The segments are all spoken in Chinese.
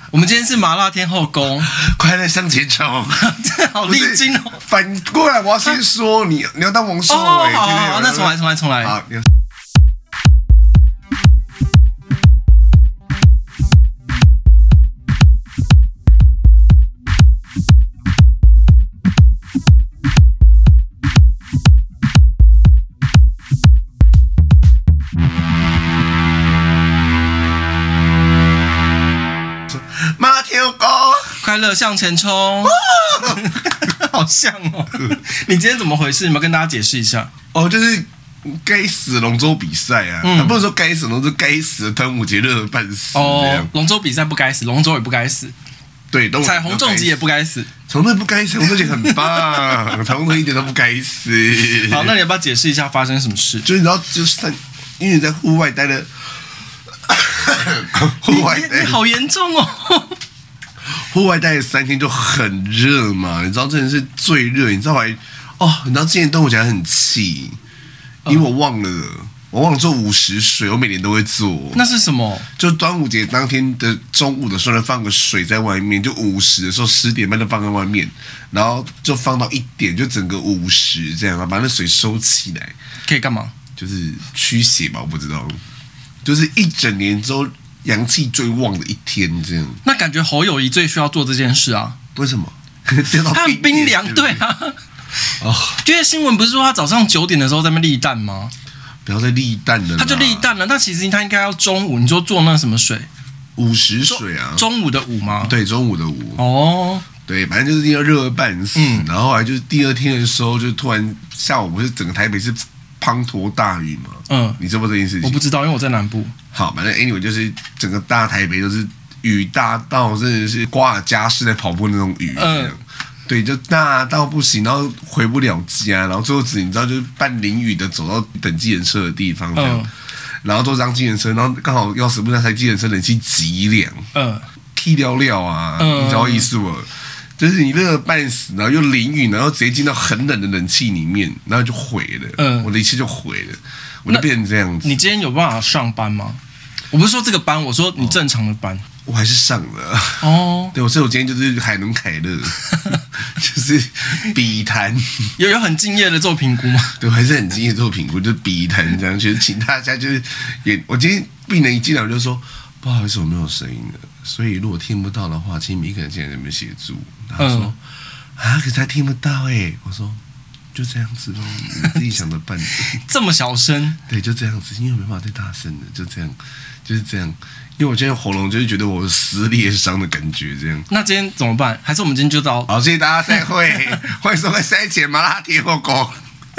我们今天是麻辣天后宫， 快乐向前冲， 好励志哦。 反过来，我要先说你要当王少伟。 好，那重来。 好。麻辣天后宫， 快乐向前冲，好像哦。你今天怎么回事？你们跟大家解释一下。 就是该死的龙舟比赛啊，不是说该死龙舟，该死的端午节热得半死这样。 龙舟比赛不该死，龙舟也不该死。 对， 彩虹重击也不该死， 彩虹不该死，彩虹重击很棒，彩虹重击一点都不该死。 好，那你要不要解释一下发生什么事？ 就是你知道，因为你在户外待了。 你好严重哦！ 户外待了3天就很热嘛，你知道真的是最热。你知道你知道今年端午节还很气，因为我忘了做50水，我每年都会做。 那是什么？ 就端午节当天的中午的时候呢，放个水在外面，就50的时候10点半就放在外面，然后就放到1点，就整个50这样，把那水收起来。 可以干嘛？ 就是驱邪吧，我不知道。就是一整年之后阳气最旺的一天，这样。 那感觉侯友宜最需要做这件事啊？ 为什么？ 他很冰凉，对啊。因为新闻不是说他早上9点的时候在那边立蛋吗？ 不要再立蛋了。他就立蛋了，那其实他应该要中午，你说做那什么水 ？50水啊。 中午的午吗？ 对，中午的午。对，反正就是要热半死。然后后来就是第2天的时候，就突然下午不是整个台北是滂沱大雨嘛？你知不知道这件事情？ 我不知道，因为我在南部。 好，反正 anyway 就是整个大台北都是雨大到真的是瓜尔佳氏在跑步那种雨。对，就大到不行，然后回不了家，然后最后你知道就是半淋雨的走到等计程车的地方这样，然后坐上计程车，然后刚好要死不那台计程车冷气极凉，踢掉料啊，你知道意思不？就是你热得半死，然后又淋雨，然后直接进到很冷的冷气里面，然后就毁了，我的一切就毁了，我就变成这样子。 你今天有办法上班吗？我不是说这个班，我说你正常的班。 我还是上了对，所以我今天就是海伦凯勒，就是笔谈， 有很敬业的做评估吗？ 对，我还是很敬业做评估，就是笔谈这样，就是请大家就是我今天病人一进来我就说不好意思，我没有声音了，所以如果听不到的话，请你可能现在在那边协助。他说可是他听不到我说就这样子咯，你自己想着办。 这么小声？对， 就这样子，因为没办法再大声了，就这样，就是这样。因为我今天喉咙就是觉得我撕裂伤的感觉，这样。 那今天怎么办？还是我们今天就到？ 好，谢谢大家，再会。欢迎收看下一期麻辣天后宫。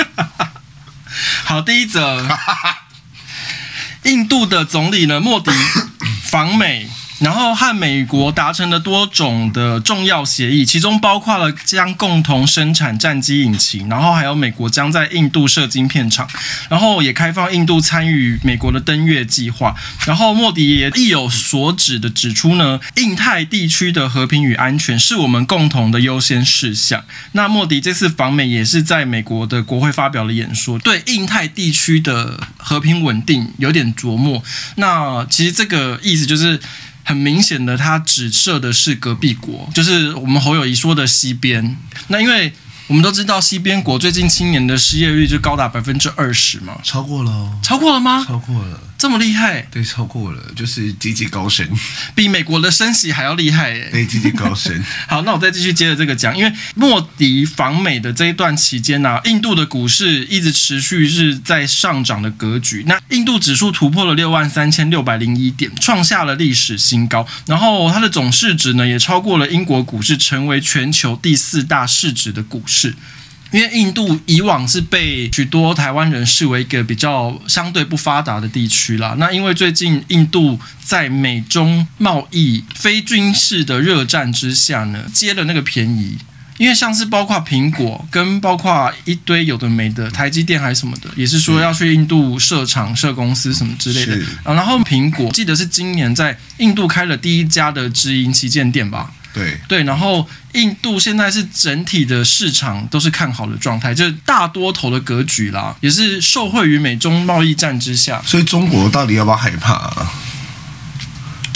好，第一则，印度的总理呢，莫迪访美。然后和美国达成了多种的重要协议，其中包括了将共同生产战机引擎，然后还有美国将在印度设晶片厂，然后也开放印度参与美国的登月计划。然后莫迪也意有所指的指出呢，印太地区的和平与安全是我们共同的优先事项。那莫迪这次访美也是在美国的国会发表了演说，对印太地区的和平稳定有点琢磨。那其实这个意思就是很明显的，他指涉的是隔壁国，就是我们侯友宜说的西边。那因为我们都知道，西边国最近青年的失业率就高达20%嘛， 超过了。 超过了吗？ 超过了， 这么厉害？ 对，超过了，就是节节高升， 比美国的升息还要厉害对，节节高升。 好，那我再继续接着这个讲，因为莫迪访美的这一段期间呢，印度的股市一直持续是在上涨的格局。那印度指数突破了63601点，创下了历史新高。然后它的总市值呢，也超过了英国股市，成为全球第4大市值的股市。因为印度以往是被许多台湾人视为一个比较相对不发达的地区啦。那因为最近印度在美中贸易非军事的热战之下呢，接了那个便宜。因为像是包括苹果跟包括一堆有的没的台积电还是什么的，也是说要去印度设厂设公司什么之类的。然后苹果记得是今年在印度开了第1家的直营旗舰店吧。对，然后印度现在是整体的市场都是看好的状态，就是大多头的格局啦，也是受惠于美中贸易战之下。 所以中国到底要不要害怕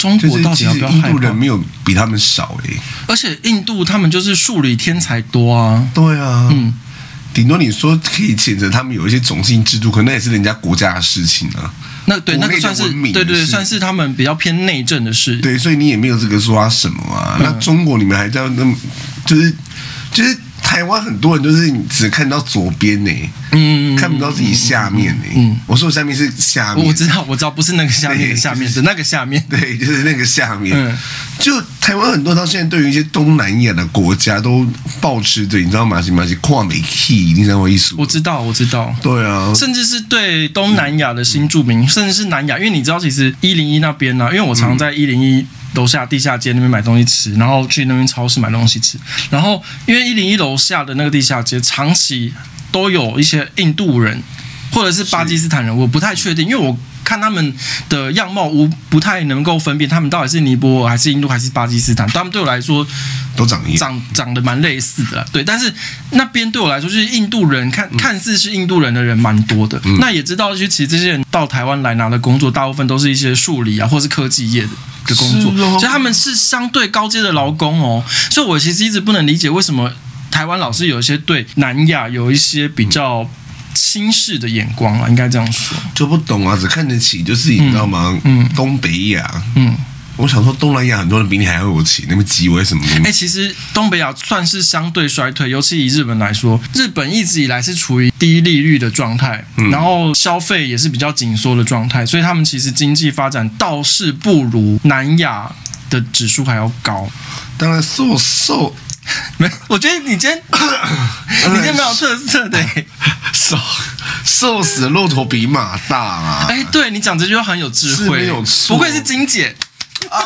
中国到底要不要害怕？ 就是其实印度人没有比他们少而且印度他们就是数理天才多啊。 对啊，顶多你说可以谴责他们有一些种姓制度，可那也是人家国家的事情啊。 那个算是对，算是他们比较偏内政的事。 对，所以你也没有这个说他什么啊。那中国你们还在那么就是台湾很多人就是你只看到左边看不到自己下面我说的下面是下面， 我知道，不是那个下面的下面的那个下面， 对，就是那个下面。就台湾很多到现在对于一些东南亚的国家都抱持着，你知道吗？跨美 key 你知道我意思？ 我知道。 对啊， 甚至是对东南亚的新住民，甚至是南亚，因为你知道，其实101那边呢，因为我常在101楼下地下街那边买东西吃，然后去那边超市买东西吃，然后因为101楼下的那个地下街长期都有一些印度人或者是巴基斯坦人，我不太确定，因为我看他们的样貌，我不太能够分辨他们到底是尼泊尔还是印度还是巴基斯坦。他们对我来说都长一样， 长得蛮类似的啦。对，但是那边对我来说就是印度人，看似是印度人的人蛮多的。那也知道，其实这些人到台湾来拿的工作，大部分都是一些数理或是科技业的工作，所以他们是相对高阶的劳工所以我其实一直不能理解为什么台湾老是有一些对南亚有一些比较轻视的眼光应该这样说， 就不懂啊，只看得起就是你知道吗？东北亚，我想说东南亚很多人比你还会有钱，那么鸡为什么？ 其实东北亚算是相对衰退，尤其以日本来说，日本一直以来是处于低利率的状态，然后消费也是比较紧缩的状态，所以他们其实经济发展倒是不如南亚的指数还要高。 当然没，我觉得你今天蛮有特色的瘦死的骆驼比马大啊！ 对你讲这句话很有智慧， 没有错， 不愧是金姐啊！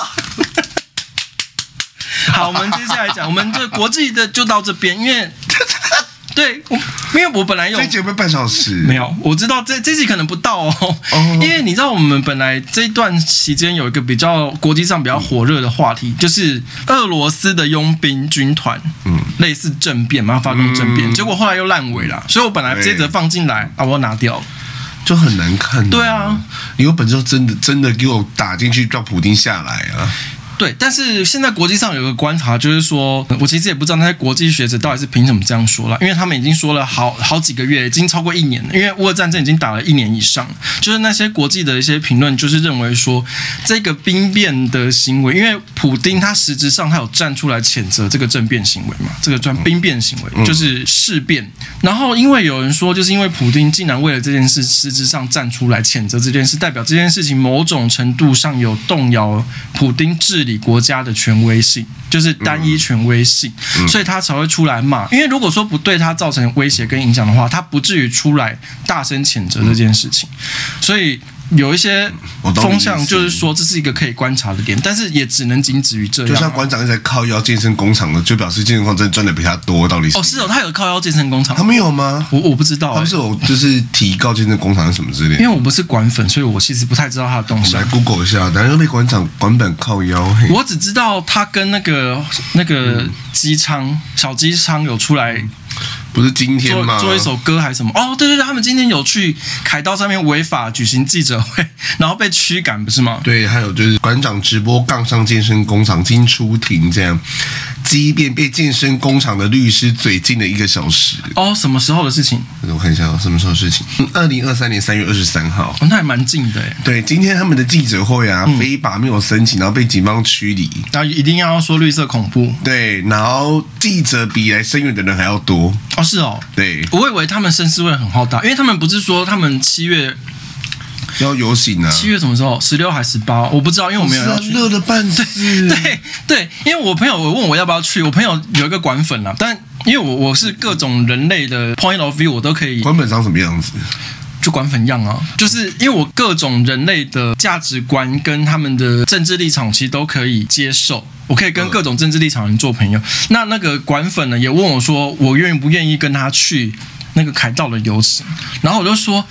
好，我们接下来讲，我们这国际的就到这边，因为我本来有这一集有没有半小时？ 没有，我知道这集可能不到因为你知道我们本来这一段期间有一个比较国际上比较火热的话题，就是俄罗斯的佣兵军团，类似政变嘛，发动政变，结果后来又烂尾了，所以我本来接着放进来我要拿掉， 就很难看。 对啊， 你有本事就真的给我打进去，让普丁下来啊！ 对，但是现在国际上有个观察，就是说我其实也不知道那些国际学者到底是凭什么这样说了，因为他们已经说了好几个月，已经超过1年了，因为乌俄战争已经打了1年以上，就是那些国际的一些评论，就是认为说这个兵变的行为，因为普丁他实质上他有站出来谴责这个政变行为嘛，这个兵变行为就是事变，然后因为有人说，就是因为普丁竟然为了这件事实质上站出来谴责这件事，代表这件事情某种程度上有动摇普丁治理国家的权威性，就是单一权威性，所以他才会出来骂。因为如果说不对他造成威胁跟影响的话，他不至于出来大声谴责这件事情。所以有一些风向就是说这是一个可以观察的点，但是也只能仅止于这样。 就像馆长一直在靠腰健身工厂的，就表示健身工厂真的赚的比他多，到底是？ 是他有靠腰健身工厂， 他没有吗？ 我不知道， 他不是有就是提告健身工厂什么之类的。 因为我不是馆粉，所以我其实不太知道他的动向。 来 Google 一下，等下又被馆本靠腰。 我只知道他跟那个机舱小机舱有出来。 不是今天吗？ 做一首歌还是什么？对，他们今天有去凯道上面违法举行记者会，然后被驱赶，不是吗？ 对，还有就是馆长直播杠上健身工厂，经出庭这样，即便被健身工厂的律师嘴禁了1个小时。 什么时候的事情？ 我看一下什么时候的事情？2023年3月23号。 那还蛮近的。 对，今天他们的记者会非法没有申请，然后被警方驱离。 然后一定要说绿色恐怖。 对，然后记者比来声援的人还要多。 是哦。 对， 我以为他们声势会很浩大，因为他们不是说他们7月要游行啊？7 月什么时候？16还18？我不知道，因为我没有要去。 热的半死。 对，因为我朋友问我要不要去，我朋友有一个馆粉啦，但因为我是各种人类的 point of view 我都可以。 馆粉长什么样子？ 就馆粉样啊，就是因为我各种人类的价值观跟他们的政治立场其实都可以接受，我可以跟各种政治立场人做朋友。那个馆粉呢也问我说，我愿不愿意跟他去那个凯道的游行，然后我就说，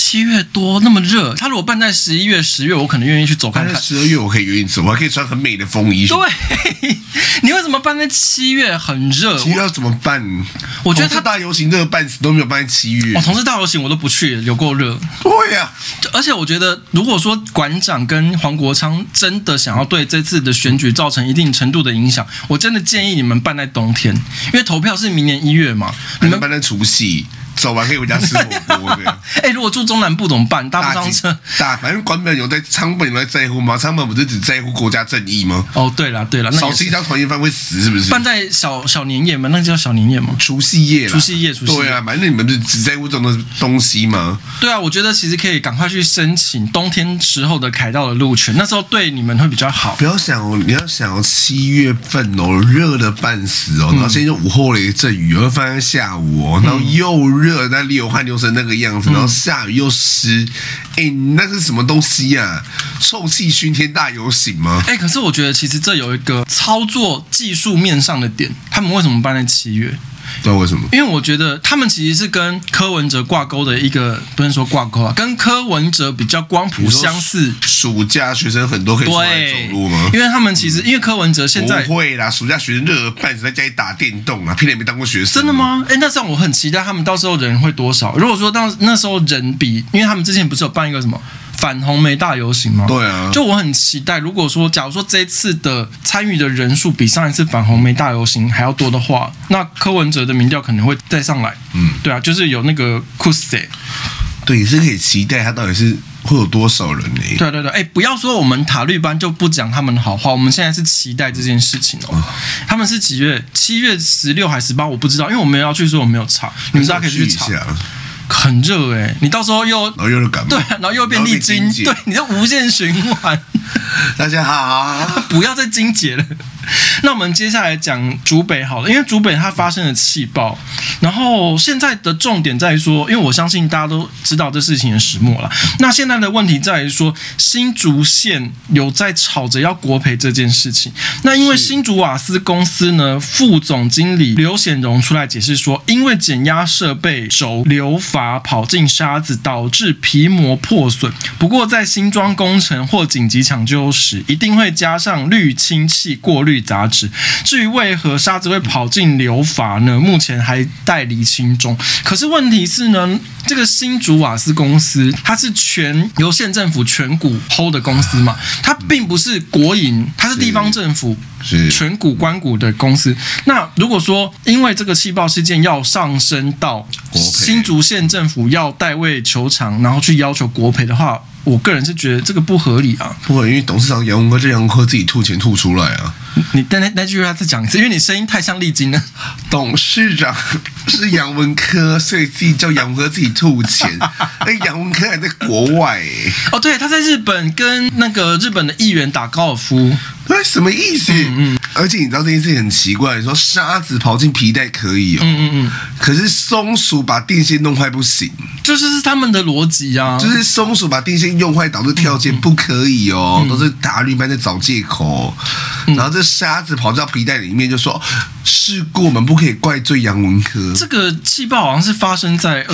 7月多那么热，他如果办在11月、10月，我可能愿意去走看看。 但是12月我可以愿意走，我还可以穿很美的风衣。 对，你为什么办在7月很热 ？7月要怎么办？ 我觉得他大游行热半死都没有办在7月。 同志大游行我都不去，有够热。 对呀、 而且我觉得，如果说馆长跟黄国昌真的想要对这次的选举造成一定程度的影响，我真的建议你们办在冬天，因为投票是明年1月嘛。 你们办在除夕。走完可以回家吃火锅的。 如果住中南部怎么办？搭不上车。 反正官本有在仓本有在在乎吗？仓本不是只在乎国家正义吗？ 哦，对了， 少吃一张团圆饭会死是不是？ 办在小年夜嘛，那叫小年夜嘛， 除夕夜啦。 除夕夜。 对啊，反正你们就只在乎这种东西吗？ 对啊，我觉得其实可以赶快去申请冬天时候的凯道的路权，那时候对你们会比较好。 不要想哦，你要想哦，7月份哦，热的半死哦，然后现在就午后雷阵雨，又放在下午哦，然后又热，那流汗流成那个样子，然后下雨又湿，那是什么东西啊？臭气熏天大游行吗？ 可是我觉得其实这有一个操作技术面上的点，他们为什么办在7月？ 对，为什么？ 因为我觉得他们其实是跟柯文哲挂钩的一个，不能说挂钩啊，跟柯文哲比较光谱相似。 暑假学生很多可以出来走路吗？ 因为他们其实因为柯文哲现在不会啦，暑假学生热得半死，在家里打电动啊，偏偏没当过学生。 真的吗？那这样我很期待他们到时候人会多少。如果说那时候人比，因为他们之前不是有办一个什么反红媒大游行吗？ 对啊， 就我很期待，如果说假如说这一次的参与的人数比上一次反红媒大游行还要多的话，那柯文哲的民调可能会再上来。对啊，就是有那个库塞， 对，也是可以期待他到底是会有多少人呢？ 对，不要说我们塔绿班就不讲他们的好话，我们现在是期待这件事情哦。他们是几月？7月16还18，我不知道，因为我没有要去，所以我没有查。你们大家可以去查。很热你到时候又然后又感冒， 对，然后又变历经，对，你就无限循环。 大家好， 不要再精简了。那我们接下来讲竹北好了，因为竹北它发生了气爆，然后现在的重点在于说，因为我相信大家都知道这事情的始末了。那现在的问题在于说，新竹县有在吵着要国赔这件事情。那因为新竹瓦斯公司呢，副总经理刘显荣出来解释说，因为减压设备轴流阀跑进沙子，导致皮膜破损。不过在新装工程或紧急抢救时，一定会加上滤清器过滤杂质。至于为何沙子会跑进流阀呢，目前还待厘清中。可是问题是呢，这个新竹瓦斯公司它是由县政府全股 hold 的公司嘛，它并不是国营，它是地方政府全股关股的公司。那如果说因为这个气爆事件要上升到新竹县政府要代位求偿，然后去要求国赔的话，我个人是觉得这个不合理啊。 不合理，因为董事长杨文科这杨文科自己吐钱吐出来啊。 你那句话再讲一次，因为你声音太像丽晶了。 董事长是杨文科，所以自己叫杨文科自己吐钱。杨文科还在国外哦，对，他在日本跟那个日本的议员打高尔夫。 什么意思？而且你知道这件事情很奇怪，你说沙子跑进皮带可以可是松鼠把电线弄坏不行， 就是他们的逻辑啊， 就是松鼠把电线用坏导致跳键不可以都是塔绿班在找借口。然后这沙子跑到皮带里面，就说事故我们不可以怪罪杨文科。 这个气爆好像是发生在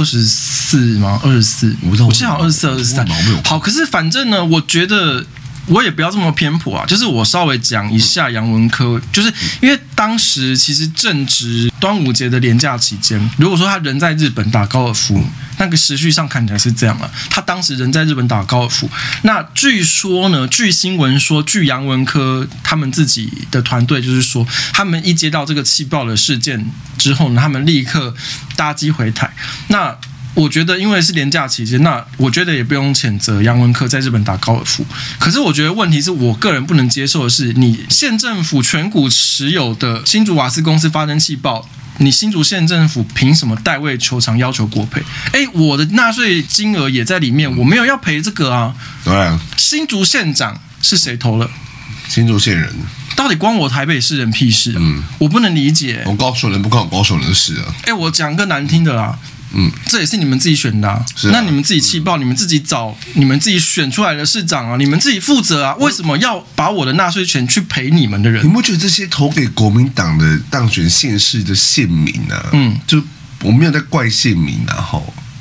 24吗？24， 我不知道， 我记得好像24、23。好，可是反正呢，我觉得。我也不要这么偏颇啊，就是我稍微讲一下杨文科，就是因为当时其实正值端午节的连假期间，如果说他人在日本打高尔夫，那个时序上看起来是这样了，他当时人在日本打高尔夫，那据说呢，据新闻说，据杨文科他们自己的团队就是说，他们一接到这个气爆的事件之后呢，他们立刻搭机回台，那。我觉得，因为是连假期间，那我觉得也不用谴责杨文科在日本打高尔夫。可是，我觉得问题是我个人不能接受的是，你县政府全股持有的新竹瓦斯公司发生气爆，你新竹县政府凭什么代位求偿要求国赔？我的纳税金额也在里面，我没有要赔这个啊。 对啊。 新竹县长是谁投了？ 新竹县人。 到底关我台北市人屁事啊？我不能理解。 我高雄人不关我高雄人的事啊。 我讲个难听的啦。这也是你们自己选的啊。那你们自己气爆，你们自己找你们自己选出来的市长啊，你们自己负责啊。为什么要把我的纳税钱去赔你们的人？ 你不觉得这些投给国民党的当选县市的县民啊，就我没有在怪县民啊，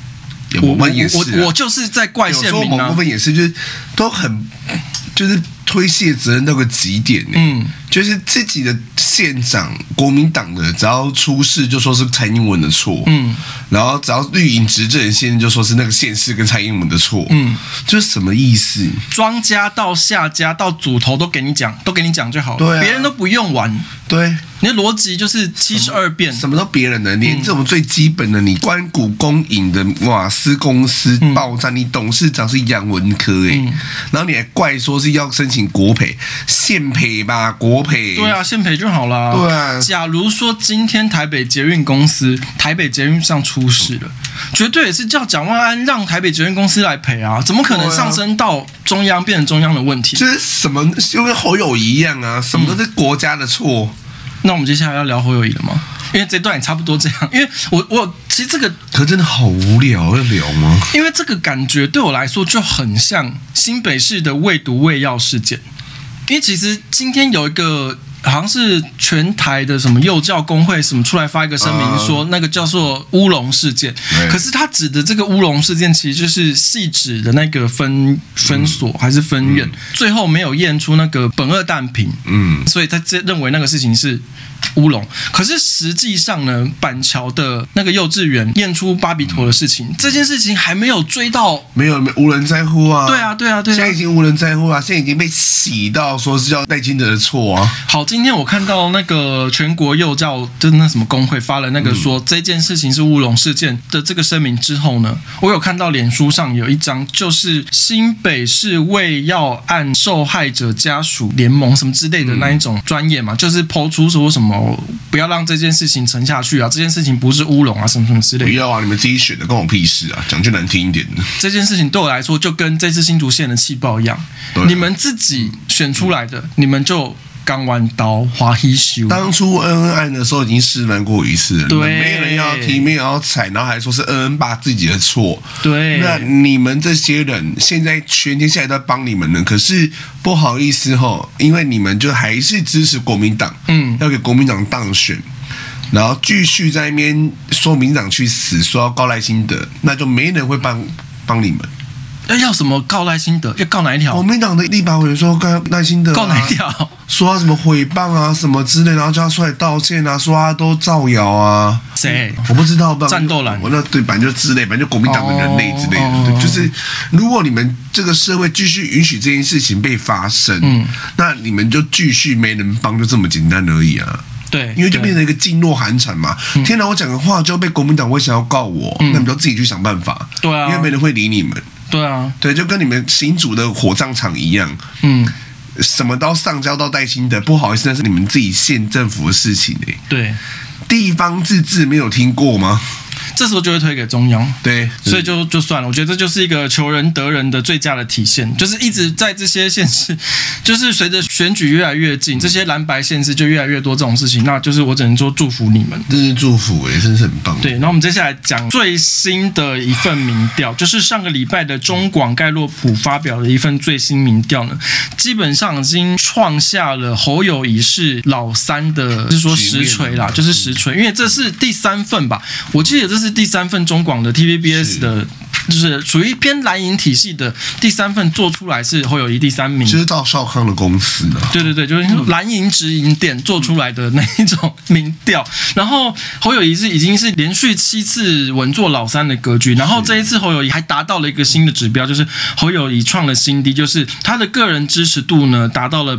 我就是在怪县民啊， 有时候某部分也是，就是都很就是推卸责任到个极点就是自己的县长国民党的只要出事就说是蔡英文的错，然后只要绿营执政的县就说是那个县市跟蔡英文的错，就是什么意思？ 庄家到下家到组头都给你讲就好了， 对啊， 别人都不用玩， 对。 你的逻辑就是72变， 什么都别人的，连这种最基本的，你关谷公营的瓦斯公司爆炸，你董事长是杨文科然后你还怪说是要申请国赔、县赔吧，国赔。 对啊，县赔就好啦。 对啊。 假如说今天台北捷运公司、台北捷运上出事了，绝对也是叫蒋万安让台北捷运公司来赔啊，怎么可能上升到中央变成中央的问题？ 就是什么就跟侯友宜一样啊，什么都是国家的错。 那我们接下来要聊侯友宜了吗？因为这段也差不多这样，因为我其实这个可真的好无聊，要聊吗？ 因为这个感觉对我来说就很像新北市的喂毒喂药事件，因为其实今天有一个好像是全台的什么幼教工会什么出来发一个声明说那个叫做乌龙事件，可是他指的这个乌龙事件其实就是细指的那个分所还是分院，最后没有验出那个苯二氮平，所以他认为那个事情是乌龙。可是实际上呢，板桥的那个幼稚园验出巴比妥的事情，这件事情还没有追到， 没有无人在乎啊。 对啊，现在已经无人在乎啊，现在已经被洗到说是叫赖清德的错啊。 好，今天我看到那个全国幼教就是那什么工会发了那个说这件事情是乌龙事件的这个声明之后呢，我有看到脸书上有一张就是新北市喂药案受害者家属联盟什么之类的那一种专业嘛，就是抛出说什么不要让这件事情沉下去啊，这件事情不是乌龙啊，什么什么之类的。 不要啊，你们自己选的，关我屁事啊！讲句难听一点的， 这件事情对我来说就跟这次新竹县的气爆一样，你们自己选出来的，你们就刚弯刀花一修。 当初恩恩案的时候已经示范过一次了， 对， 没人要提，没人要踩，然后还说是恩恩爸自己的错。 对， 那你们这些人现在全天下都在帮你们呢，可是不好意思因为你们就还是支持国民党，要给国民党当选。然后继续在那边说民党去死，说要告赖清德，那就没人会帮你们。 要什么告赖清德？要告哪一条？ 国民党的立法委员说告赖清德， 告哪一条？ 说他什么诽谤啊什么之类，然后叫他出来道歉啊，说他都造谣啊。 谁？ 我不知道。 战斗蓝， 我那对，反正就之类，反正就国民党的人类之类的。对，就是如果你们这个社会继续允许这件事情被发生，那你们就继续没人帮，就这么简单而已啊。 对， 因为就变成一个噤若寒蝉嘛。天哪，我讲个话就被国民党为想要告我，那你们就自己去想办法。 对啊， 因为没人会理你们。 对啊， 对，就跟你们新竹的火葬场一样。什么都上交到戴清德，不好意思，那是你们自己县政府的事情对， 地方自治没有听过吗？ 这时候就会推给中央， 对， 所以就算了。我觉得这就是一个求仁得仁的最佳的体现，就是一直在这些县市，就是随着选举越来越近，这些蓝白县市就越来越多这种事情，那就是我只能说祝福你们， 真是祝福真是很棒。 对，然后我们接下来讲最新的一份民调，就是上个礼拜的中广盖洛普发表的一份最新民调呢，基本上已经创下了侯友宜是老三的，就是说实锤啦，就是实锤，因为这是第3份吧，我记得这是第3份中广的 TVBS 的，就是属于偏蓝营体系的第3份做出来是侯友宜第3名， 就是到少康的公司啊， 对，就是蓝营直营店做出来的那一种民调，然后侯友宜已经是连续7次稳坐老三的格局，然后这一次侯友宜还达到了一个新的指标，就是侯友宜创了新低，就是他的个人支持度呢达到了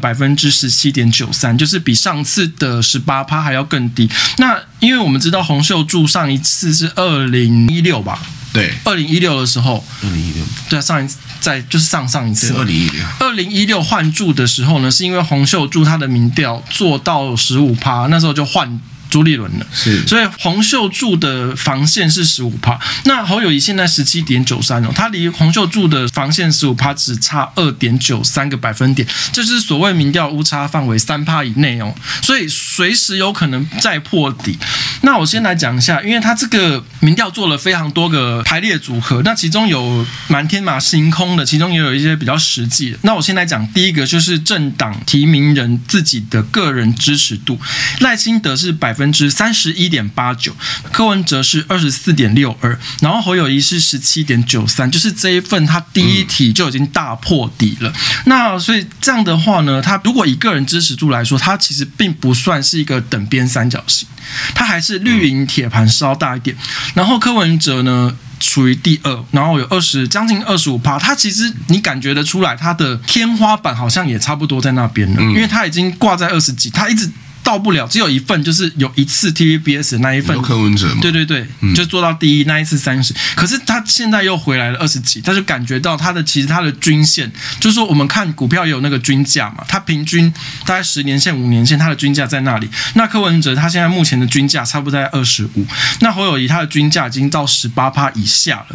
17.93%，就是比上次的18%还要更低。那因为我们知道洪秀柱上一次是2016吧， 对 ，2016的时候 ，2016， 对啊，上一次就是上一次 ，2016 换柱的时候呢，是因为洪秀柱他的民调做到15%，那时候就换朱立伦了， 是， 所以洪秀柱的防线是15%，那侯友宜现在17.93%他离洪秀柱的防线15%只差2.93个百分点，这是所谓民调误差范围3%以内哦，所以随时有可能再破底。 那我先来讲一下，因为他这个民调做了非常多个排列组合，那其中有蛮天马行空的，其中也有一些比较实际的。那我先来讲第一个，就是政党提名人自己的个人支持度，赖清德是31.89%，柯文哲是24.62%，然后侯友宜是17.93%，就是这一份他第一题就已经大破底了。那所以这样的话呢，他如果以个人支持度来说，他其实并不算是一个等边三角形，他还是绿营铁盘稍大一点。然后柯文哲呢属于第二，然后有将近25%，他其实你感觉得出来，他的天花板好像也差不多在那边了，因为他已经挂在20几，他一直到不了，只有一份，就是有一次 TVBS 的那一份柯文哲嘛， 对，就做到第一，那一次30，可是他现在又回来了20几，他就感觉到其实他的均线，就是说我们看股票也有那个均价嘛，他平均大概10年线、5年线，他的均价在那里。那柯文哲他现在目前的均价差不多在25，那侯友宜他的均价已经到18%以下了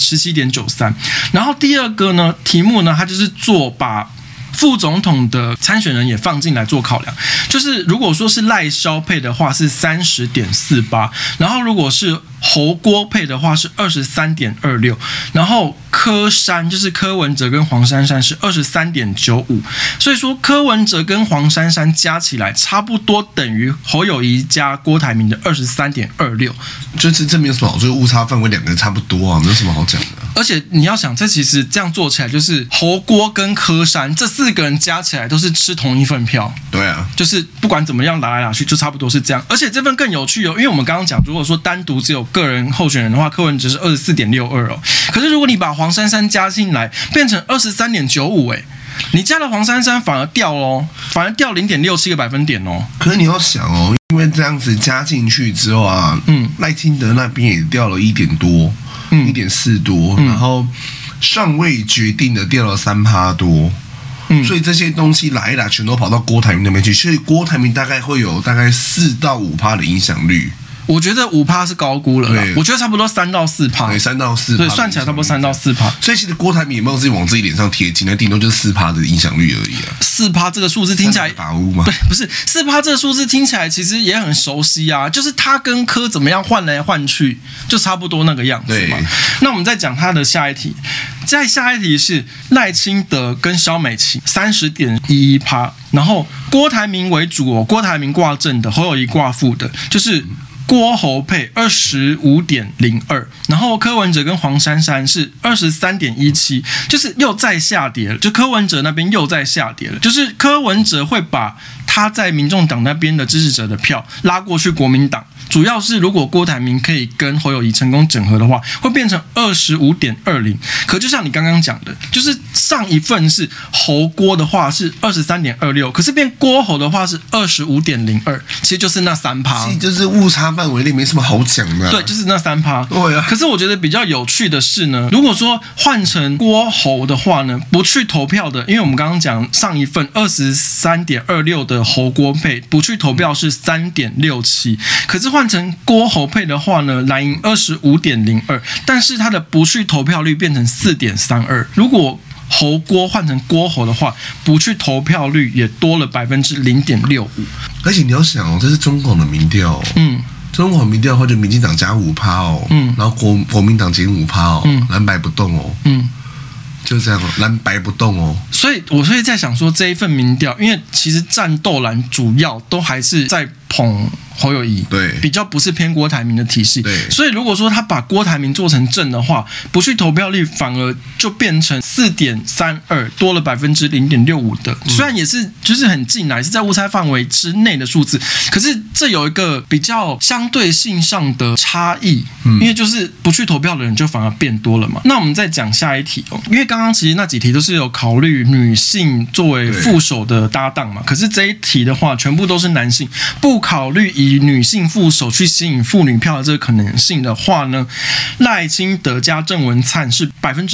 ，17.93。然后第二个呢题目呢，他就是把副总统的参选人也放进来做考量，就是如果说是赖萧配的话是30.48%，然后如果是侯郭配的话是23.26%，然后柯山就是柯文哲跟黄珊珊是23.95%，所以说柯文哲跟黄珊珊加起来差不多等于侯友宜加郭台铭的23.26%， 就是这没有什么好，就是误差范围两个人差不多啊，没有什么好讲的。 而且你要想，这其实这样做起来，就是侯郭跟柯山这4个人加起来都是吃同一份票。 对啊， 就是不管怎么样打来打去，就差不多是这样。而且这份更有趣哦，因为我们刚刚讲，如果说单独只有个人候选人的话，柯文哲是24.62哦。可是如果你把黄珊珊加进来，变成23.95，你加了黄珊珊反而掉咯，反而掉0.67个百分点哦。 可是你要想哦，因为这样子加进去之后啊，赖清德那边也掉了1点多，1.4多，然后尚未决定的掉了3%多。所以这些东西来一来，全都跑到郭台铭那边去，所以郭台铭大概会有大概4到5%的影响率。 我觉得5%是高估了啦，我觉得差不多3到4%， 对，3到4%， 对，算起来差不多3到4%。 所以其实郭台铭也没有自己往自己脸上贴金，那顶多就是4%的影响率而已啊。 4%这个数字听起来打乌吗？ 不是4%这个数字听起来其实也很熟悉啊，就是他跟柯怎么样换来换去，就差不多那个样子嘛。那我们再讲他的下一题，在下一题是赖清德跟萧美琴30.11%，然后郭台铭为主哦，郭台铭挂正的，侯友宜挂副的，就是郭侯配25.02，然后柯文哲跟黄珊珊是23.17，就是又再下跌了，就柯文哲那边又再下跌了，就是柯文哲会把他在民众党那边的支持者的票拉过去国民党，主要是如果郭台铭可以跟侯友宜成功整合的话，会变成25.20。可就像你刚刚讲的，就是上一份是侯郭的话是23.26，可是变郭侯的话是25.02，其实就是那3%， 其实就是误差范围内没什么好讲的。 对，就是那3%。 对啊。 可是我觉得比较有趣的是呢，如果说换成郭侯的话呢，不去投票的，因为我们刚刚讲上一份23.26的侯郭配不去投票是3.67，可是换成郭侯配的话呢，蓝营25.02，但是他的不去投票率变成4.32。如果侯郭换成郭侯的话，不去投票率也多了0.65%。 而且你要想哦，这是中广的民调哦，中广民调的话，就民进党加5%哦，然后国民党减5%哦，蓝白不动哦，就这样，蓝白不动哦。 所以我在想说，这一份民调，因为其实战斗蓝主要都还是在捧侯友宜， 对， 比较不是偏郭台铭的体系， 对， 所以如果说他把郭台铭做成正的话，不去投票率反而就变成4.32，多了0.65%的，虽然也是就是很近来，是在误差范围之内的数字，可是这有一个比较相对性上的差异，因为就是不去投票的人就反而变多了嘛。那我们再讲下一题哦，因为刚刚其实那几题都是有考虑女性作为副手的搭档嘛，可是这一题的话全部都是男性，不考虑以女性副手去吸引妇女票的这个可能性的话呢，赖清德加郑文灿是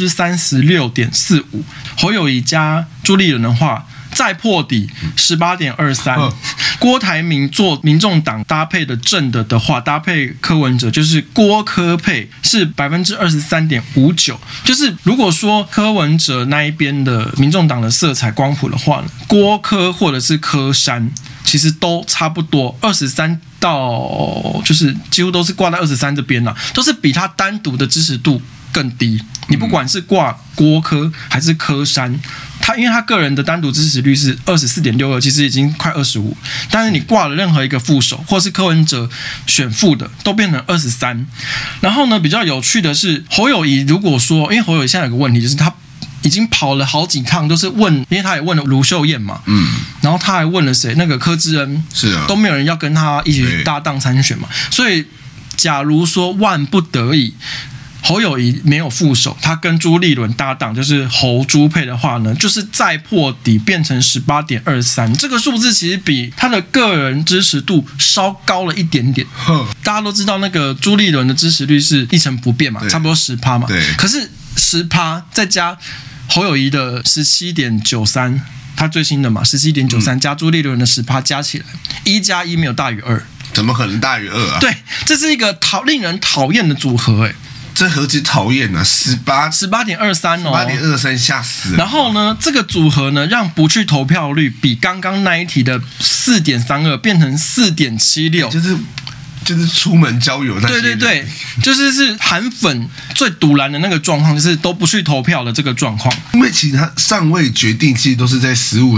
36.45%，侯友宜加朱立伦的话再破底18.23%，郭台铭做民众党搭配的正的话，搭配柯文哲就是郭柯配是23.59%，就是如果说柯文哲那一边的民众党的色彩光谱的话呢，郭柯或者是柯山其实都差不多23%到到就是几乎都是挂在23这边了，都是比他单独的支持度更低。你不管是挂郭柯还是柯山，因为他个人的单独支持率是24.62，其实已经快25，但是你挂了任何一个副手，或是柯文哲选副的，都变成23。然后呢，比较有趣的是侯友宜，如果说，因为侯友宜现在有个问题，就是他已经跑了好几趟，都是问，因为他也问了卢秀燕嘛，然后他还问了谁，那个柯志恩， 是啊， 都没有人要跟他一起搭档参选嘛，所以假如说万不得已，侯友宜没有副手，他跟朱立伦搭档，就是侯朱配的话呢，就是再破底变成18.23，这个数字其实比他的个人支持度稍高了一点点。大家都知道那个朱立伦的支持率是一成不变嘛，差不多10%嘛，可是10%再加侯友宜的17.93，他最新的嘛17.93，加朱立伦的10%加起来1+1没有大于2， 怎么可能大于2啊？ 对，这是一个令人讨厌的组合这何止讨厌啊！18.23哦，18.23吓死了。 然后呢，这个组合呢，让不去投票率比刚刚那一题的4.32变成4.76， 就是出门郊游那些。 对，就是韩粉最毒蓝的那个状况，就是都不去投票的这个状况。 因为其实他上位决定其实都是在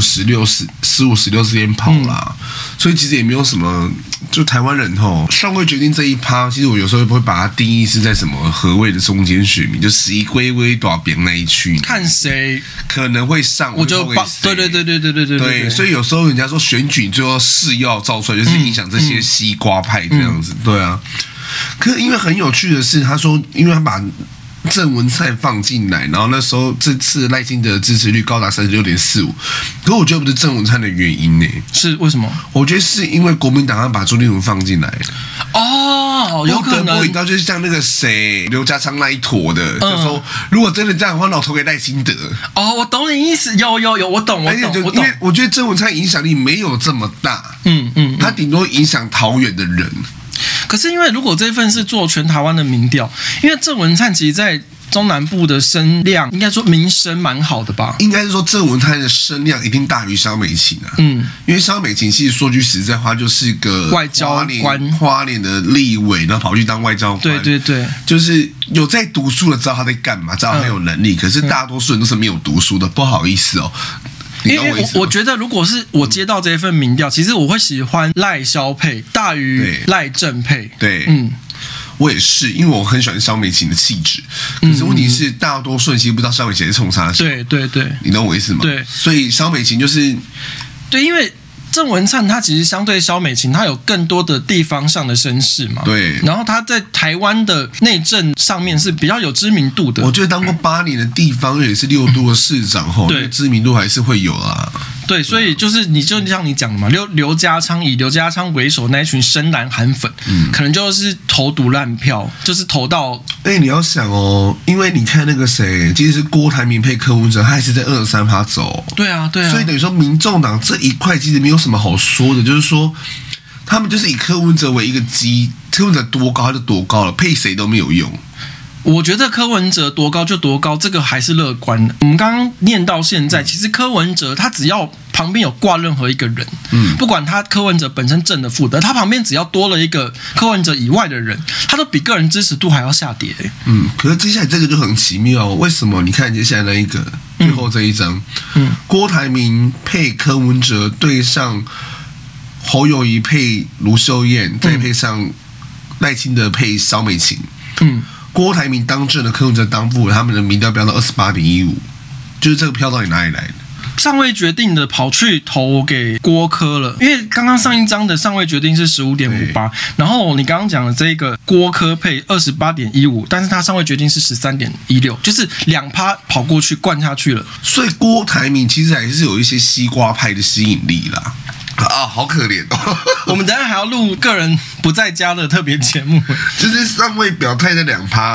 15、16之间跑啦，所以其实也没有什么。就台湾人上位决定这一趴，其实我有时候会把它定义是在什么何谓的中间选民，就11归微短边那一区， 看谁可能会上， 我就对， 所以有时候人家说选举最后是要造出来，就是影响这些西瓜派这样子，对啊。可是因为很有趣的是，他说，因为他把郑文灿放进来，然后那时候这次赖清德的支持率高达36.45%，可我觉得不是郑文灿的原因呢， 是为什么？ 我觉得是因为国民党他把朱立伦放进来哦，有可能， 你知道，就是像那个谁刘家昌那一坨的，就说如果真的这样的话，那我投给赖清德。 哦，我懂你意思，有，我懂。因为我觉得郑文灿影响力没有这么大，他顶多影响桃园的人。 可是因为如果这份是做全台湾的民调，因为郑文灿其实在中南部的声量，应该说名声蛮好的吧？ 应该是说郑文灿的声量一定大于萧美琴啊。因为萧美琴其实说句实在话，就是个外交官， 花莲的立委，然后跑去当外交官。 对， 就是有在读书的，知道他在干嘛，知道他有能力。可是大多数人都是没有读书的，不好意思哦。 因为我觉得，如果是我接到这一份民调，其实我会喜欢赖萧配大于赖正配。 对，我也是，因为我很喜欢萧美琴的气质。可是问题是，大多数人其实不知道萧美琴是冲啥。 对， 你懂我意思吗？ 对， 所以萧美琴就是对，因为郑文灿他其实相对萧美琴，他有更多的地方上的声势嘛。 对， 然后他在台湾的内政上面是比较有知名度的。 我觉得当过8年的地方也是6都的市长对，知名度还是会有啦。 对，所以就像你讲的嘛，刘家昌以刘家昌为首那一群深蓝韩粉，可能就是投毒烂票，就是投到。 你要想因为你看那个谁，其实是郭台铭配柯文哲，他还是在23%走。 对啊。 所以等于说，民众党这一块其实没有什么好说的，就是说，他们就是以柯文哲为一个基，柯文哲多高他就多高了，配谁都没有用。 我觉得柯文哲多高就多高，这个还是乐观的。我们刚刚念到现在，其实柯文哲他只要旁边有挂任何一个人，不管他柯文哲本身正的负的，他旁边只要多了一个柯文哲以外的人，他都比个人支持度还要下跌。 可是接下来这个就很奇妙为什么？你看接下来那一个最后这一张，郭台铭配柯文哲对上侯友宜配卢秀燕，再配上赖清德配萧美琴，郭台铭当正的，柯文哲当副，他们的民调飙到28.15，就是这个票到底哪里来的？ 上位决定的跑去投给郭柯了，因为刚刚上一章的上位决定是15.58，然后你刚刚讲的这个郭柯配28.15，但是他上位决定是13.16，就是2%跑过去灌下去了。 所以郭台铭其实还是有一些西瓜派的吸引力啦。好可怜我们等一下还要录个人不在家的特别节目， 就是上位表态的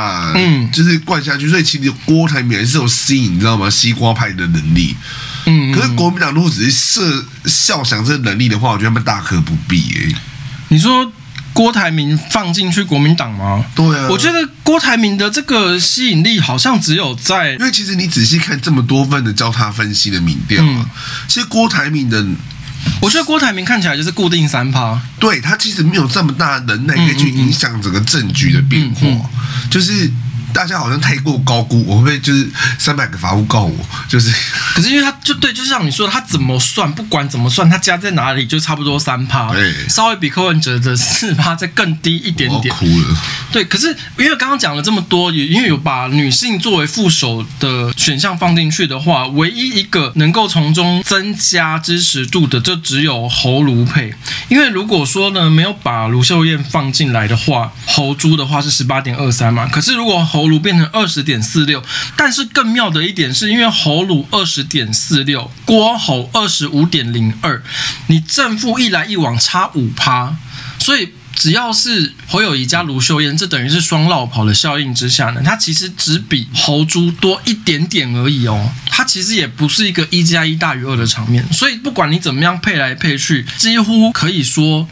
2%，就是灌下去，所以其实郭台铭还是有吸引，你知道吗？西瓜派的能力。可是国民党如果只是笑想这个能力的话，我觉得他们大可不必你说郭台铭放进去国民党吗？ 对啊， 我觉得郭台铭的这个吸引力好像只有在， 因为其实你仔细看这么多份的交叉分析的民调其实郭台铭的我觉得郭台铭看起来就是固定3%， 对他其实没有这么大的能耐可以去影响整个政局的变化，就是大家好像太过高估，我会不会就是300个法务告我？就是， 可是因为他就对，就像你说的，他怎么算，不管怎么算，他加在哪里就差不多3%，稍微比柯文哲的4%再更低一点点。 我要哭了。 对，可是因为刚刚讲了这么多，也因为有把女性作为副手的选项放进去的话，唯一一个能够从中增加支持度的，就只有侯卢配。因为如果说呢没有把卢秀燕放进来的话，侯朱的话是18.23嘛，可是如果侯卢变成20.46，但是更妙的一点是，因为侯卢20.46，郭侯25.02，你正负一来一往差5%，所以只要是侯友宜加卢秀燕，这等于是双落跑的效应之下呢，它其实只比侯朱多一点点而已哦。它其实也不是一个1+1大于2的场面，所以不管你怎么样配来配去，几乎可以说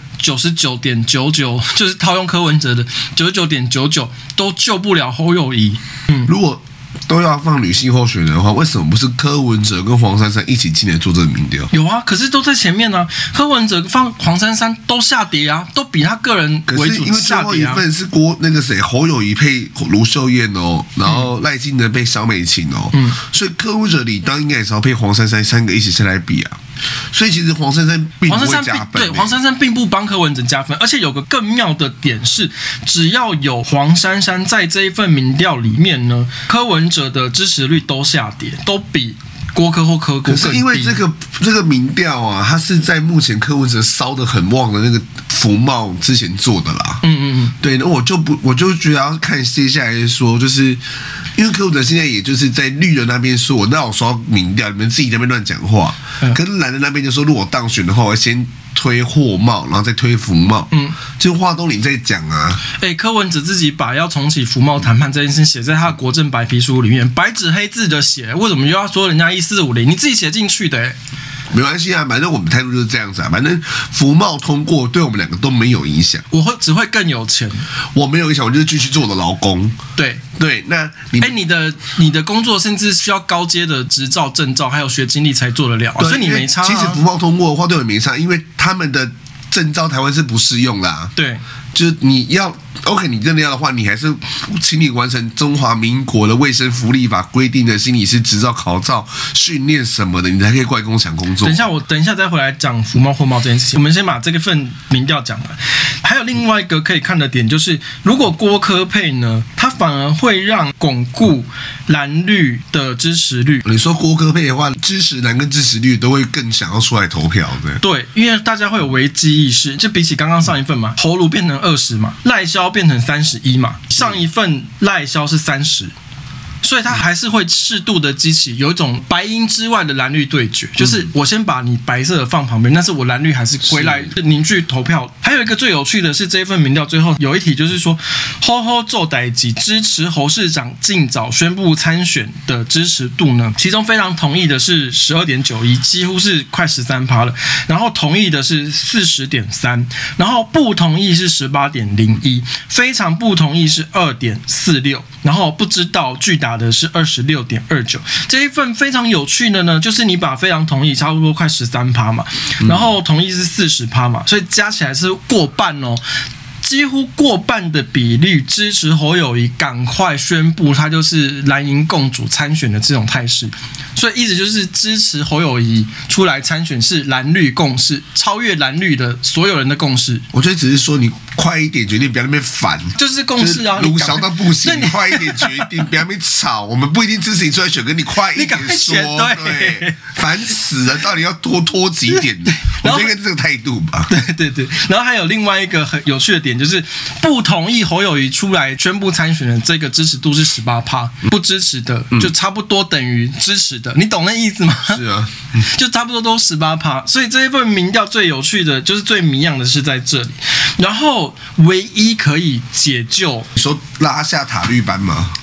99.99%，就是套用柯文哲的99.99%，都救不了侯友宜。 如果都要放女性候选人的话，为什么不是柯文哲跟黄珊珊一起进来做这个民调？ 有啊，可是都在前面啊。柯文哲放黄珊珊都下跌啊，都比他个人为主下跌啊。可是因为最后一份是侯友宜配卢秀燕哦，然后赖清德配萧美琴哦，所以柯文哲理当应该也是要配黄珊珊3个一起下来比啊。所以其实黄珊珊并不会加分， 对，黄珊珊并不帮柯文哲加分，而且有个更妙的点是，只要有黄珊珊在这一份民调里面呢，柯文哲的支持率都下跌，都比郭柯或柯郭更低。 可是因为这个民调啊，它是在目前柯文哲烧得很旺的那个福茂之前做的啦。对，那我就觉得要看接下来说，就是因为柯文哲现在也就是在绿的那边说，我那我刷民调，你们自己在那边乱讲话。可是蓝的那边就说，如果当选的话，我先推霍茂，然后再推福茂。就话都你在讲啊。 柯文哲自己把要重启福茂谈判这件事写在他的国政白皮书里面，白纸黑字的写，为什么又要说人家1450？你自己写进去的。 没关系啊，反正我们态度就是这样子啊。反正福茂通过，对我们2个都没有影响。 只会更有钱。 我没有影响，我就是继续做我的劳工。 对， 那你的工作甚至需要高阶的执照、证照，还有学经历才做得了，所以你没差。 其实福茂通过的话，对我没差，因为他们的证照台湾是不适用啦。 对。 就是你要 OK， 你真的要的话，你还是请你完成中华民国的卫生福利法规定的心理师执照考照、训练什么的，你才可以过来跟我抢工作。 等一下再回来讲福茂货贸这件事情。我们先把这个份民调讲完。还有另外一个可以看的点就是，如果郭柯配呢，它反而会让巩固蓝绿的支持率。 你说郭柯配的话，支持蓝跟支持绿都会更想要出来投票， 对，因为大家会有危机意识，就比起刚刚上一份嘛，侯卢变成20嘛，赖萧变成31嘛，上一份赖萧是30。所以它还是会适度的激起有一种白银之外的蓝绿对决，就是我先把你白色的放旁边，但是我蓝绿还是回来凝聚投票。还有一个最有趣的是，这一份民调最后有一题就是说，吼吼做代志支持侯市长尽早宣布参选的支持度呢，其中非常同意的是12.91%，几乎是快13%了，然后同意的是40.3%，然后不同意是18.01%，非常不同意是2.46%，然后不知道巨大的是26.29%。这一份非常有趣的呢，就是你把非常同意差不多快13%嘛，然后同意是40%嘛，所以加起来是过半哦。几乎过半的比率支持侯友宜赶快宣布他就是蓝营共主参选的这种态势，所以意思就是支持侯友宜出来参选是蓝绿共识，超越蓝绿的所有人的共识。 我觉得只是说你快一点决定，不要那边烦， 就是共识啊， 鲁小到不行，你快一点决定，不要那边吵。我们不一定支持你出来选，跟你快一点说，对，烦死了，到底要多拖几点？我觉得应该是这个态度吧。 对，然后还有另外一个很有趣的点，就是不同意侯友宜出来宣布参选的这个支持度是18%，不支持的就差不多等于支持的，你懂那意思吗？ 是啊， 就差不多都18%。所以这一份民调最有趣的就是最迷样的是在这里，然后唯一可以解救， 你说拉下塔绿班吗？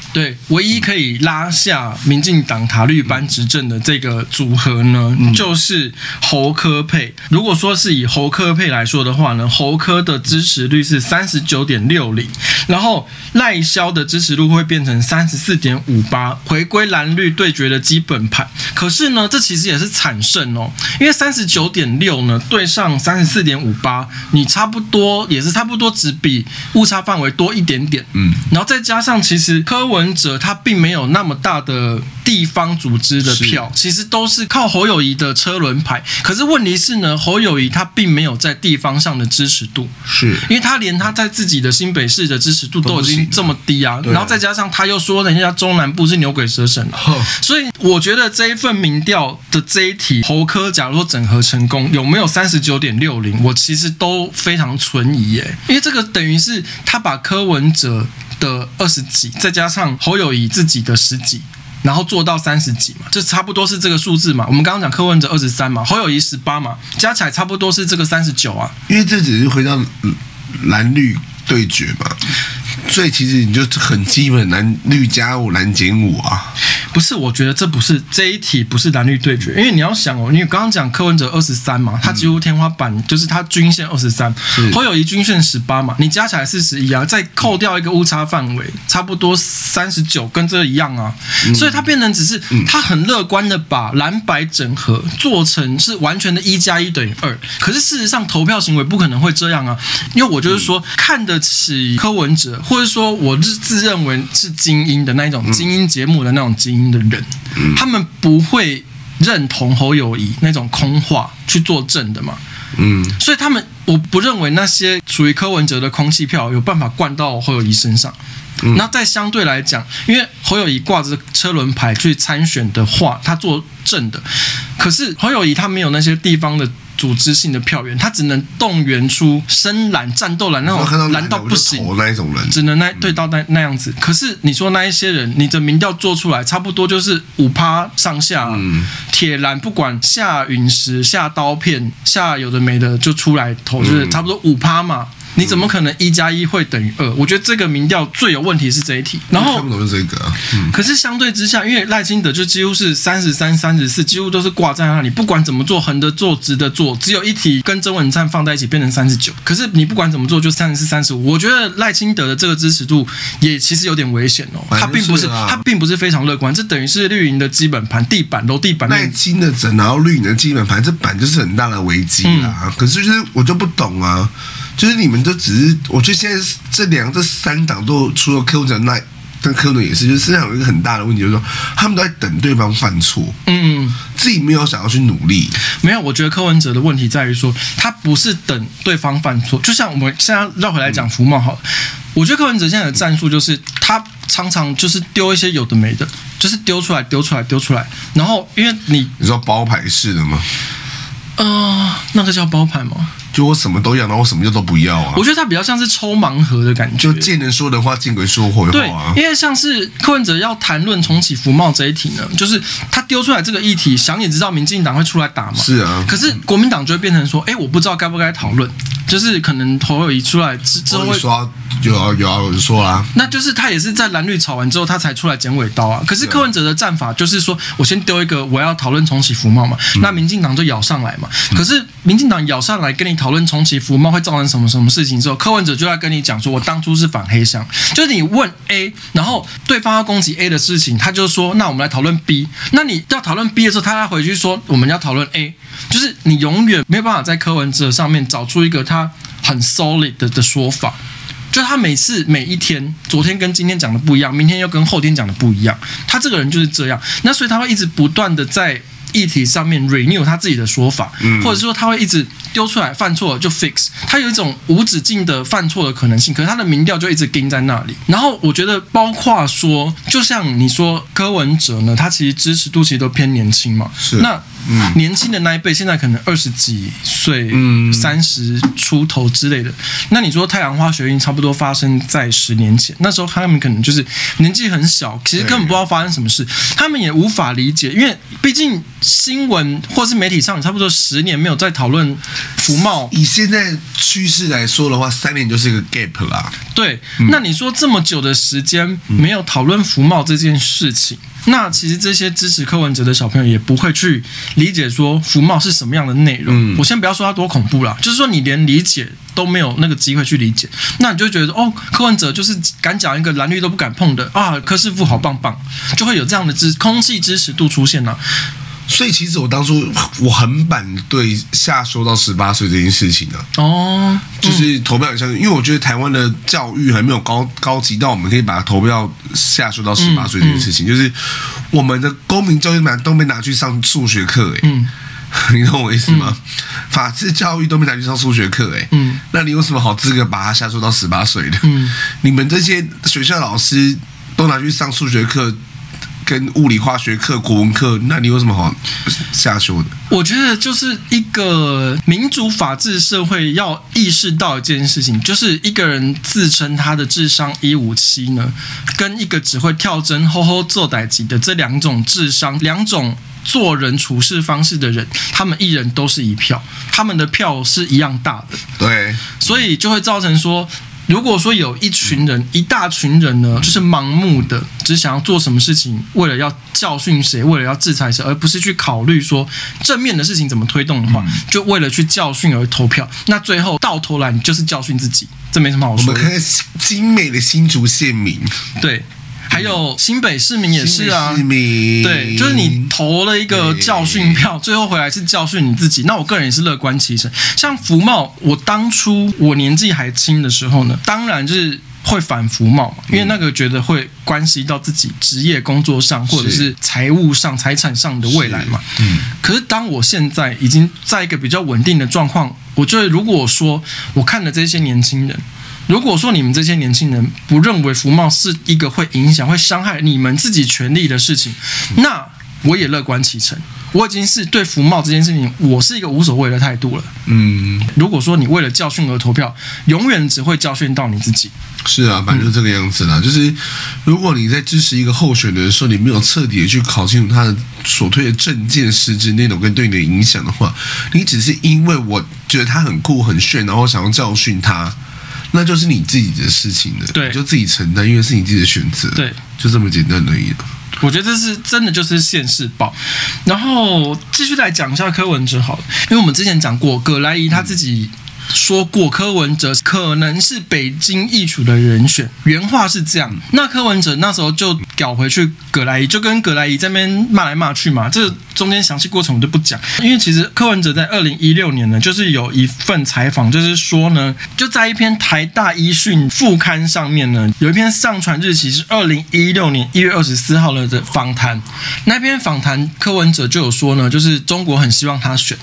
对，唯一可以拉下民进党塔绿班执政的这个组合呢，就是侯柯配。如果说是以侯柯配来说的话呢，侯柯的支持率是39.60%，然后赖萧的支持率会变成34.58%，回归蓝绿对决的基本盘。可是呢，这其实也是惨胜哦，因为39.6呢对上34.58，你差不多只比误差范围多一点点。然后再加上其实柯文哲他并没有那么大的地方组织的票，其实都是靠侯友宜的车轮牌。可是问题是呢，侯友宜他并没有在地方上的支持度，是因为他连他在自己的新北市的支持度都已经这么低啊，然后再加上他又说人家中南部是牛鬼蛇神所以我觉得这一份民调的这一题侯柯假如说整合成功，有没有39.60%，我其实都非常存疑耶，因为这个等于是他把柯文哲的20几，再加上侯友宜自己的10几，然后做到30几嘛，就差不多是这个数字嘛。我们刚刚讲柯文哲23嘛，侯友宜18嘛，加起来差不多是这个39啊。 因为这只是回到蓝绿对决嘛，所以其实你就很基本蓝绿加5蓝减5啊。 不是，我觉得这一题不是蓝绿对决，因为你要想哦，你刚刚讲柯文哲23嘛，他几乎天花板就是他均线23，侯友宜均线18嘛，你加起来41啊，再扣掉一个误差范围，差不多39，跟这一样啊，所以他变成只是他很乐观的把蓝白整合做成是完全的1+1等于2，可是事实上投票行为不可能会这样啊，因为我就是说看得起柯文哲，或者说我是自认为是精英的那一种精英节目的那种精英的人，他们不会认同侯友宜那种空话去做正的嘛，所以我不认为那些属于柯文哲的空气票有办法灌到侯友宜身上。那再相对来讲，因为侯友宜挂着车轮牌去参选的话，他做正的，可是侯友宜他没有那些地方的组织性的票源，他只能动员出深蓝、战斗蓝那种蓝到不行那一种人， 只能对到那样子。可是你说那一些人，你的民调做出来，差不多就是5%上下，铁蓝不管下陨石、下刀片、下有的没的就出来投，就是差不多5%嘛。你怎么可能1+1会等于2？我觉得这个民调最有问题是这一题。然后看不懂是这个， 可是相对之下，因为赖清德就几乎是33、34，几乎都是挂在那里，不管怎么做，横的做、直的做，只有一题跟曾文灿放在一起变成39。可是你不管怎么做，就34、35。我觉得赖清德的这个支持度也其实有点危险哦，他并不是非常乐观，这等于是绿营的基本盘、楼地板。 赖清德整然后绿营的基本盘，这本就是很大的危机啦。可是就是我就不懂啊。就是你们都只是，我觉得现在这3党都除了柯文哲跟柯文哲也是，就是身上有一个很大的问题，就是说他们都在等对方犯错，自己没有想要去努力。 没有，我觉得柯文哲的问题在于说，他不是等对方犯错，就像我们现在绕回来讲福茂好了，我觉得柯文哲现在的战术就是他常常就是丢一些有的没的，就是丢出来，然后因为你说包牌式的吗？ 那个叫包牌吗？ 就我什么都要，然后我什么都不要啊！ 我觉得他比较像是抽盲盒的感觉， 就见人说的话，见鬼说鬼话啊！ 对，因为像是柯文哲要谈论重启服贸这一题呢，就是他丢出来这个议题，想也知道民进党会出来打嘛。 是啊。 可是国民党就会变成说，我不知道该不该讨论，就是可能侯友宜出来之后会说有人说啦， 那就是他也是在蓝绿吵完之后，他才出来剪尾刀啊。可是柯文哲的战法就是说，我先丢一个我要讨论重启服贸嘛，那民进党就咬上来嘛。可是民进党咬上来跟你讨论重启服贸会造成什么事情之后，柯文哲就在跟你讲说，我当初是反黑箱，就是你问 A， 然后对方要攻击 A 的事情，他就说那我们来讨论 B， 那你要讨论 B 的时候，他回去说我们要讨论 A， 就是你永远没有办法在柯文哲上面找出一个他很 solid 的说法。就他每一天，昨天跟今天讲的不一样，明天又跟后天讲的不一样，他这个人就是这样。那所以他会一直不断的在议题上面 renew 他自己的说法，或者说他会一直丢出来犯错就 fix， 他有一种无止境的犯错的可能性，可是他的民调就一直盯在那里。然后我觉得包括说，就像你说柯文哲呢，他其实支持度其实都偏年轻嘛，那年轻的那一辈现在可能20几岁，30出头之类的。那你说太阳花学运差不多发生在10年前，那时候他们可能就是年纪很小，其实根本不知道发生什么事，他们也无法理解，因为毕竟新闻或是媒体上差不多10年没有在讨论服贸。 以现在趋势来说的话，3年就是一个 gap 啦。 对，那你说这么久的时间没有讨论服贸这件事情，那其实这些支持柯文哲的小朋友也不会去理解说服贸是什么样的内容。我先不要说它多恐怖啦，就是说你连理解都没有那个机会去理解，那你就觉得哦，柯文哲就是敢讲一个蓝绿都不敢碰的啊，柯师傅好棒棒，就会有这样的空气支持度出现了。 所以其实我当初我很反对下修到18岁这件事情的就是投票因为我觉得台湾的教育还没有高级到我们可以把投票下修到18岁这件事情，就是我们的公民教育都被拿去上数学课你懂我意思吗？法治教育都没拿去上数学课那你有什么好资格把它下修到18岁的？你们这些学校老师都拿去上数学课。跟物理、化学课、国文课，那你有什么好下修的？ 我觉得就是一个民主法治社会要意识到一件事情，就是一个人自称他的智商157呢，跟一个只会跳针、吼吼做代级的这2种智商、2种做人处事方式的人，他们一人都是1票，他们的票是一样大的。 对， 所以就会造成说。如果说有一大群人呢，就是盲目的，只想要做什么事情，为了要教训谁，为了要制裁谁，而不是去考虑说正面的事情怎么推动的话，就为了去教训而投票，那最后到头来你就是教训自己，这没什么好说的。 我们看精美的新竹县民， 对。还有新北市民也是啊， 对， 就是你投了一个教训票，最后回来是教训你自己。那我个人也是乐观其成。像服贸，我当初我年纪还轻的时候呢，当然就是会反服贸嘛，因为那个觉得会关系到自己职业工作上或者是财务上、财产上的未来嘛。可是当我现在已经在一个比较稳定的状况，我觉得如果说我看了这些年轻人。如果说你们这些年轻人不认为服贸是一个会影响、会伤害你们自己权利的事情，那我也乐观其成。我已经是对服贸这件事情，我是一个无所谓的态度了。如果说你为了教训而投票，永远只会教训到你自己。 是啊，反正就是这个样子啦。就是如果你在支持一个候选人的时候，你没有彻底的去考清楚他的所推的政见、实质内容跟对你的影响的话，你只是因为我觉得他很酷、很炫，然后想要教训他。那就是你自己的事情了， 对， 你就自己承担，因为是你自己的选择， 对， 就这么简单而已了。 我觉得这是真的就是现世报。然后继续来讲一下柯文哲好了，因为我们之前讲过，葛莱仪他自己说过柯文哲可能是北京易主的人选，原话是这样。那柯文哲那时候就屌回去葛莱仪，就跟葛莱仪在那边骂来骂去嘛，这中间详细过程我就不讲，因为其实柯文哲在2016年呢，就是有一份采访，就是说呢，就在一篇台大医讯副刊上面呢，有一篇上传日期是2016年1月24号的访谈。那篇访谈柯文哲就有说呢，就是中国很希望他选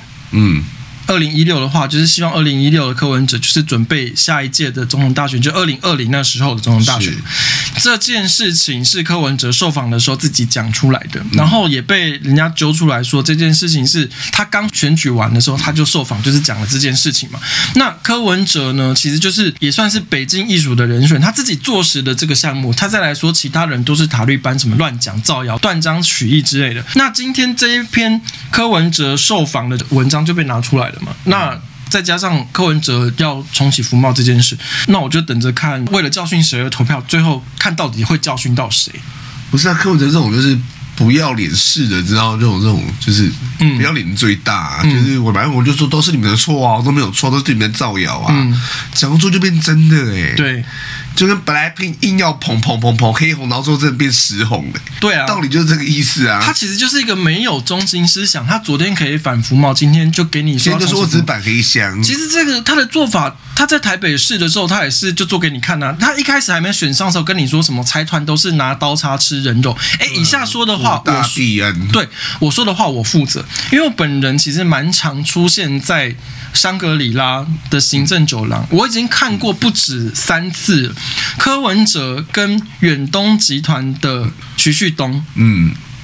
，2016的话，就是希望2016的柯文哲就是准备下一届的总统大选，就2020那时候的总统大选。这件事情是柯文哲受访的时候自己讲出来的，然后也被人家揪出来说这件事情是他刚选举完的时候他就受访，就是讲了这件事情嘛。那柯文哲呢，其实就是也算是北京易主的人选，他自己坐实的这个项目，他再来说其他人都是塔绿班，什么乱讲、造谣、断章取义之类的。那今天这一篇柯文哲受访的文章就被拿出来了嘛，那再加上柯文哲要重启服贸这件事，那我就等着看，为了教训谁而投票，最后看到底会教训到谁。 不是啊，柯文哲这种就是不要脸式的，知道这种就是不要脸最大，就是反正我就说都是你们的错啊，都没有错，都是你们的造谣啊，讲出就变真的对。 就跟本来硬要捧黑红，然后最后真的变实红的， 对啊， 道理就是这个意思啊。 他其实就是一个没有中心思想，他昨天可以反服贸，今天就给你说， 今天就说我只是反黑箱。 其实这个他的做法，他在台北市的时候，他也是就做给你看啊。他一开始还没选上的时候，跟你说什么财团都是拿刀叉吃人肉。以下说的话，我说的话我负责，因为我本人其实蛮常出现在香格里拉的行政酒廊，我已经看过不止3次了。柯文哲跟远东集团的徐旭东，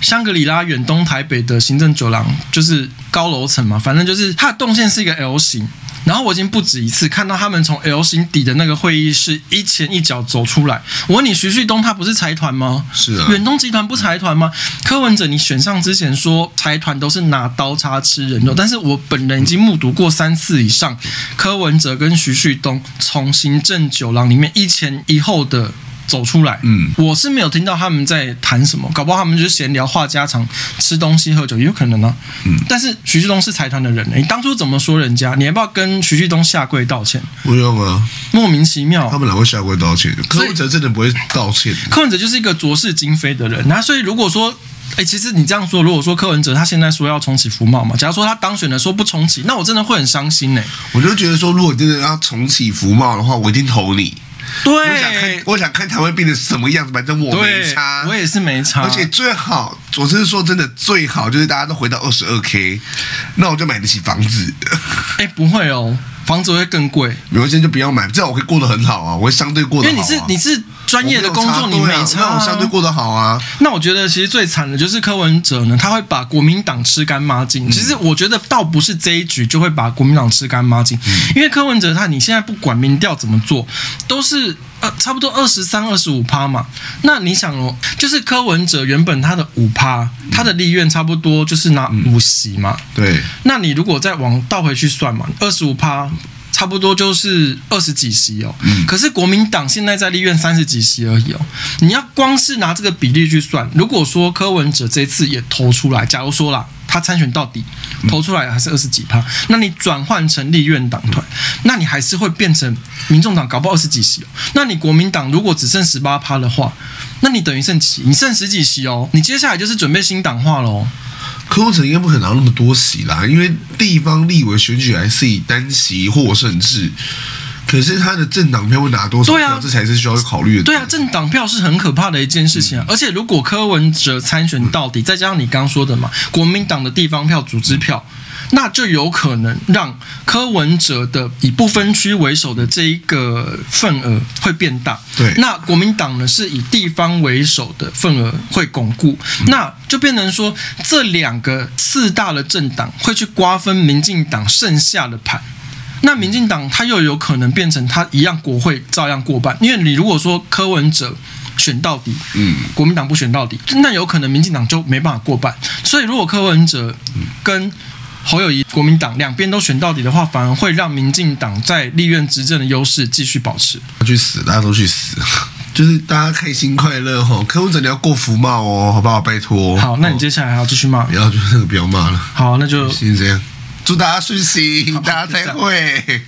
香格里拉远东台北的行政酒廊，就是高楼层嘛，反正就是它的动线是一个 L 型。然后我已经不止一次看到他们从 L 型底的那个会议室一前一脚走出来。我问你，徐旭东他不是财团吗？ 是啊， 远东集团不财团吗？柯文哲你选上之前说财团都是拿刀叉吃人肉，但是我本人已经目睹过3次以上，柯文哲跟徐旭东从行政酒廊里面一前一后的走出来，我是没有听到他们在谈什么，搞不好他们就是闲聊、话家常、吃东西、喝酒，也有可能啊。但是徐旭东是财团的人，你当初怎么说人家？你要不要跟徐旭东下跪道歉？ 不用啊， 莫名其妙。 他们哪会下跪道歉？柯文哲真的不会道歉。 柯文哲就是一个浊世今非的人，那所以如果说，其实你这样说，如果说柯文哲他现在说要重启服贸嘛，假如说他当选了说不重启，那我真的会很伤心我就觉得说，如果真的要重启服贸的话，我一定投你。 对， 我想看台湾变成什么样子，反正我没差， 我也是没差。 而且最好，我是说真的，最好就是大家都回到22K， 那我就买得起房子。 不会哦，房子会更贵。 没关系，就不要买，至少我可以过得很好啊，我会相对过得好、啊。 因为你是专业的工作，你没差、 那我相对过得好啊。 那我觉得其实最惨的就是柯文哲呢，他会把国民党吃干抹净。其实我觉得倒不是这一局就会把国民党吃干抹净，因为柯文哲你现在不管民调怎么做，都是差不多23-25%嘛。那你想哦，就是柯文哲原本他的5%，他的立院差不多就是拿5席嘛。 对。 那你如果再往倒回去算嘛，25%。差不多就是20几席哦，可是国民党现在在立院30几席而已哦。你要光是拿这个比例去算，如果说柯文哲这次也投出来，假如说啦，他参选到底投出来还是20几%，那你转换成立院党团，那你还是会变成民众党搞不好20几席哦。那你国民党如果只剩18%的话，那你等于剩几？你剩10几席哦。你接下来就是准备新党化了哦。 柯文哲应该不可能拿那么多席啦，因为地方立委选举还是以单席获胜制。可是他的政党票会拿多少票？这才是需要考虑的。 对啊，政党票是很可怕的一件事情啊。而且如果柯文哲参选到底，再加上你刚刚说的嘛，国民党的地方票、组织票，那就有可能让柯文哲的以不分区为首的这一个份额会变大。 对， 那国民党呢是以地方为首的份额会巩固，那就变成说这2个4大的政党会去瓜分民进党剩下的盘。那民进党他又有可能变成他一样国会照样过半，因为你如果说柯文哲选到底，国民党不选到底，那有可能民进党就没办法过半。所以如果柯文哲跟侯友宜国民党两边都选到底的话，反而会让民进党在立院执政的优势继续保持。 去死，大家都去死。就是大家开心快乐吼，柯文哲你要过服贸哦，好不好？拜托。 好，那你接下来还要继续骂？ 不要，就是那个不要骂了。 好，那就先这样。祝大家顺心，大家再会。